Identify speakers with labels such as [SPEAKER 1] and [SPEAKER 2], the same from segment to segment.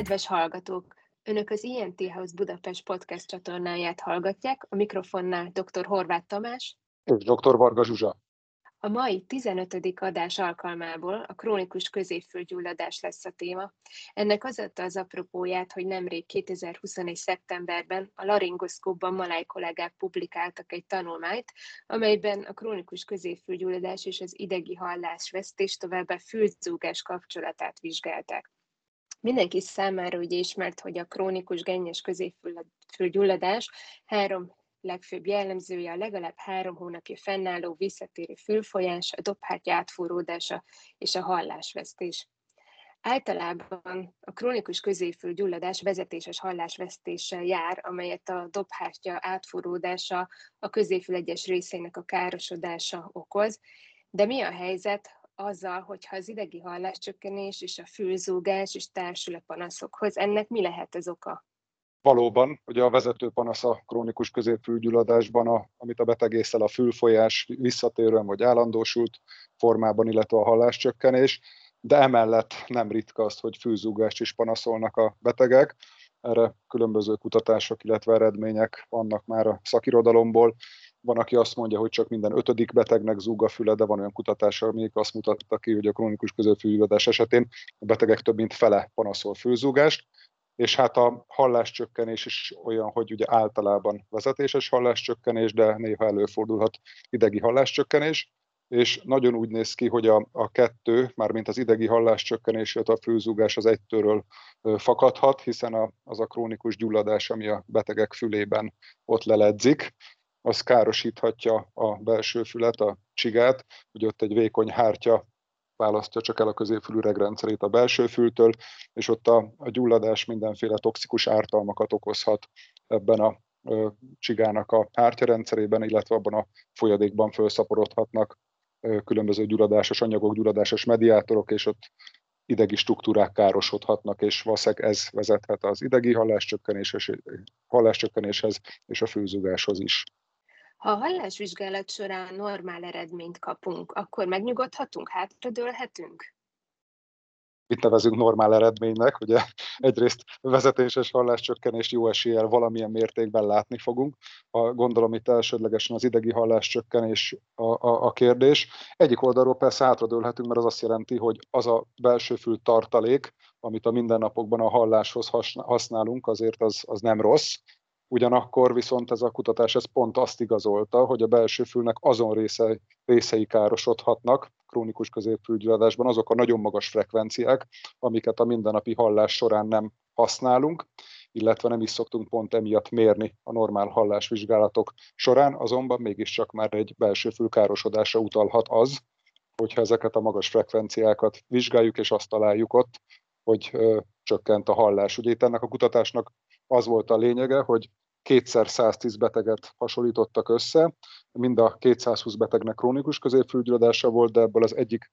[SPEAKER 1] Kedves hallgatók! Önök az INT House Budapest podcast csatornáját hallgatják, a mikrofonnál dr. Horváth Tamás.
[SPEAKER 2] És dr. Varga Zsuzsa.
[SPEAKER 1] A mai 15. adás alkalmából a krónikus középfülgyulladás lesz a téma. Ennek az adta az apropóját, hogy nemrég 2021. szeptemberben a Laringoszkópban Maláj kollégák publikáltak egy tanulmányt, amelyben a krónikus középfülgyulladás és az idegi hallásvesztés, továbbá fülzúgás kapcsolatát vizsgálták. Mindenki számára ugye ismert, hogy a krónikus gennyes középfülgyulladás 3 legfőbb jellemzője a legalább 3 hónapja fennálló visszatérő fülfolyás, a dobhártya átforródása és a hallásvesztés. Általában a krónikus középfülgyulladás vezetéses hallásvesztéssel jár, amelyet a dobhártya átforródása, a középfül egyes részeinek a károsodása okoz. De mi a helyzet azzal, hogyha az idegi halláscsökkenés és a fülzúgás is társul a panaszokhoz? Ennek mi lehet az oka?
[SPEAKER 2] Valóban, ugye a vezető panasz a krónikus középfülgyulladásban, amit a beteg észlel, a fülfolyás visszatérően vagy állandósult formában, illetve a halláscsökkenés, de emellett nem ritka az, hogy fülzúgást is panaszolnak a betegek. Erre különböző kutatások, illetve eredmények vannak már a szakirodalomból. Van, aki azt mondja, hogy csak minden 5. betegnek zúg a füle, de van olyan kutatás, amelyik azt mutatta ki, hogy a krónikus középfülgyulladás esetén a betegek több mint fele panaszol fülzúgást. És hát a halláscsökkenés is olyan, hogy ugye általában vezetéses halláscsökkenés, de néha előfordulhat idegi halláscsökkenés, és nagyon úgy néz ki, hogy a kettő, mármint az idegi halláscsökkenés, illetve a fülzúgás az egytől fakadhat, hiszen az a krónikus gyulladás, ami a betegek fülében ott leledzik, az károsíthatja a belső fület, a csigát, hogy ott egy vékony hártya választja csak el a középfül üregrendszerét a belső fültől, és ott a gyulladás mindenféle toxikus ártalmakat okozhat ebben a csigának a hártyarendszerében, illetve abban a folyadékban felszaporodhatnak különböző gyulladásos anyagok, gyulladásos mediátorok, és ott idegi struktúrák károsodhatnak, és valószínűleg ez vezethet az idegi halláscsökkenéshez és a fülzúgáshoz is.
[SPEAKER 1] Ha a hallásvizsgálat során normál eredményt kapunk, akkor megnyugodhatunk, hátradőlhetünk?
[SPEAKER 2] Mit nevezünk normál eredménynek, ugye egyrészt vezetéses halláscsökkenést jó eséllyel valamilyen mértékben látni fogunk. Gondolom itt elsődlegesen az idegi halláscsökkenés a kérdés. Egyik oldalról persze hátradőlhetünk, mert az azt jelenti, hogy az a belső fül tartalék, amit a mindennapokban a halláshoz használunk, azért az nem rossz. Ugyanakkor viszont ez a kutatás pont azt igazolta, hogy a belső fülnek azon részei károsodhatnak krónikus középfülgyulladásban, azok a nagyon magas frekvenciák, amiket a mindennapi hallás során nem használunk, illetve nem is szoktunk pont emiatt mérni a normál hallásvizsgálatok során, azonban mégiscsak már egy belső fül károsodásra utalhat az, hogyha ezeket a magas frekvenciákat vizsgáljuk, és azt találjuk ott, hogy csökkent a hallás. Ugye itt ennek a kutatásnak az volt a lényege, hogy 2x110 beteget hasonlítottak össze, mind a 220 betegnek krónikus középfülgyulladása volt, de ebből az egyik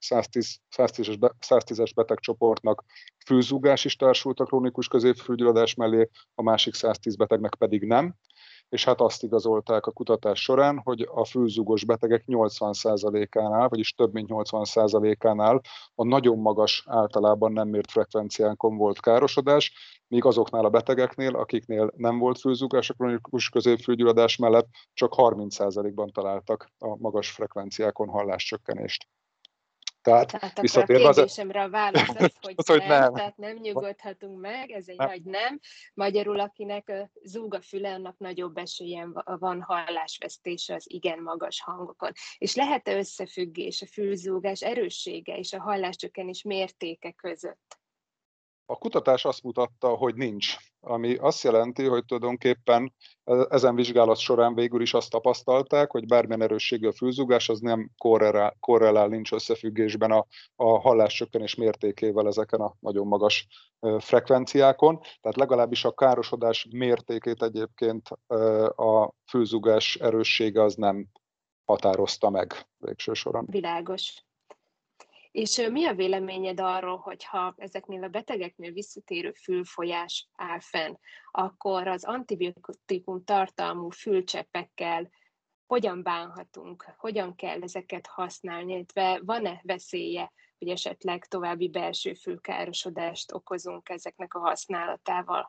[SPEAKER 2] 110-es betegcsoportnak fülzúgás is társult a krónikus középfülgyulladás mellé, a másik 110 betegnek pedig nem. És hát azt igazolták a kutatás során, hogy a fülzúgós betegek 80%-ánál, vagyis több mint 80%-ánál a nagyon magas, általában nem mért frekvenciánkon volt károsodás, míg azoknál a betegeknél, akiknél nem volt fülzúgás a krónikus középfülgyulladás mellett, csak 30%-ban találtak a magas frekvenciákon halláscsökkenést.
[SPEAKER 1] Tehát akkor a kérdésemre a válasz az, hogy nem, tehát nem nyugodhatunk meg, ez egy nagy nem. Magyarul, akinek zúg a füle, annak nagyobb esélyen van hallásvesztése az igen magas hangokon. És lehet-e összefüggés a fülzúgás erőssége és a halláscsökkenés mértéke között?
[SPEAKER 2] A kutatás azt mutatta, hogy nincs, ami azt jelenti, hogy tulajdonképpen ezen vizsgálat során végül is azt tapasztalták, hogy bármilyen erősségű a fülzúgás, az nem korrelál, nincs összefüggésben a halláscsökkenés mértékével ezeken a nagyon magas frekvenciákon. Tehát legalábbis a károsodás mértékét egyébként a fülzúgás erőssége az nem határozta meg végső soron.
[SPEAKER 1] Világos. És mi a véleményed arról, hogyha ezeknél a betegeknél visszatérő fülfolyás áll fenn, akkor az antibiotikum tartalmú fülcseppekkel hogyan bánhatunk, hogyan kell ezeket használni, illetve van-e veszélye, hogy esetleg további belső fülkárosodást okozunk ezeknek a használatával?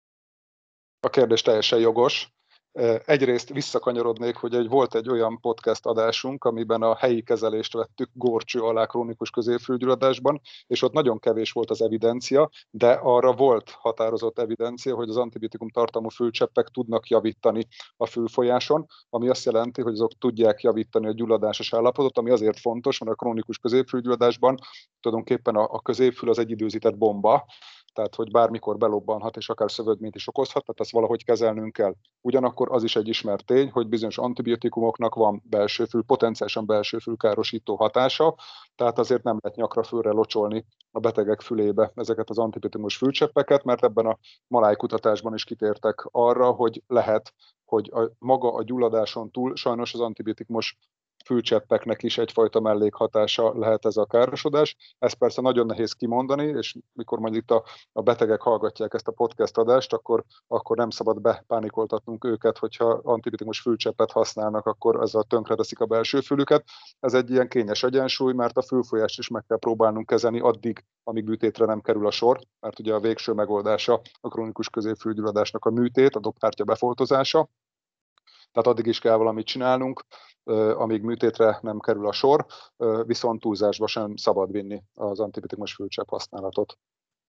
[SPEAKER 2] A kérdés teljesen jogos. Egyrészt visszakanyarodnék, hogy volt egy olyan podcast adásunk, amiben a helyi kezelést vettük górcső alá krónikus középfülgyulladásban, és ott nagyon kevés volt az evidencia, de arra volt határozott evidencia, hogy az antibiotikum tartalmú fülcseppek tudnak javítani a fülfolyáson, ami azt jelenti, hogy azok tudják javítani a gyulladásos állapotot, ami azért fontos, mert a krónikus középfülgyulladásban tulajdonképpen a középfül az egy időzített bomba, tehát hogy bármikor belobbanhat, és akár szövődményt is okozhat, tehát ezt valahogy kezelnünk kell. Ugyanakkor az is egy ismert tény, hogy bizonyos antibiotikumoknak van potenciálisan belsőfülkárosító hatása, tehát azért nem lehet nyakra fülre locsolni a betegek fülébe ezeket az antibiotikumos fülcseppeket, mert ebben a malájkutatásban is kitértek arra, hogy lehet, hogy maga a gyulladáson túl sajnos az antibiotikumos fülcseppeknek is egyfajta mellékhatása lehet ez a károsodás. Ez persze nagyon nehéz kimondani, és mikor mondjuk itt a betegek hallgatják ezt a podcast adást, akkor nem szabad bepánikoltatnunk őket, hogyha antibiotikumos fülcseppet használnak, akkor ezzel tönkreteszik a belső fülüket. Ez egy ilyen kényes egyensúly, mert a fülfolyást is meg kell próbálnunk kezelni addig, amíg műtétre nem kerül a sor, mert ugye a végső megoldása a krónikus középfülgyulladásnak a műtét, a dobhártya befoltozása. Tehát addig is kell valamit csinálnunk, amíg műtétre nem kerül a sor, viszont túlzásba sem szabad vinni az antibiotikumos fülcsepp használatot.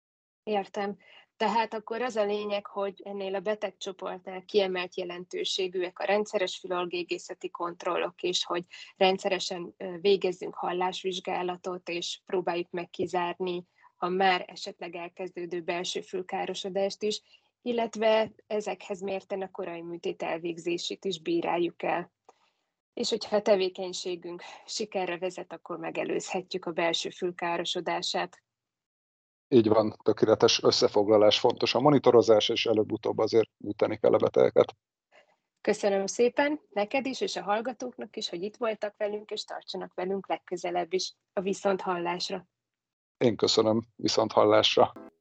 [SPEAKER 1] Értem. Tehát akkor az a lényeg, hogy ennél a betegcsoportnál kiemelt jelentőségűek a rendszeres fülalgégészeti kontrollok, és hogy rendszeresen végezzünk hallásvizsgálatot, és próbáljuk meg kizárni a már esetleg elkezdődő belső fülkárosodást is, illetve ezekhez mérten a korai műtét elvégzését is bíráljuk el. És hogyha a tevékenységünk sikerre vezet, akkor megelőzhetjük a belső fülkárosodását.
[SPEAKER 2] Így van, tökéletes összefoglalás, fontos a monitorozás, és előbb-utóbb azért műteni kell a betegeket.
[SPEAKER 1] Köszönöm szépen neked is, és a hallgatóknak is, hogy itt voltak velünk, és tartsanak velünk legközelebb is a viszonthallásra.
[SPEAKER 2] Én köszönöm, viszonthallásra.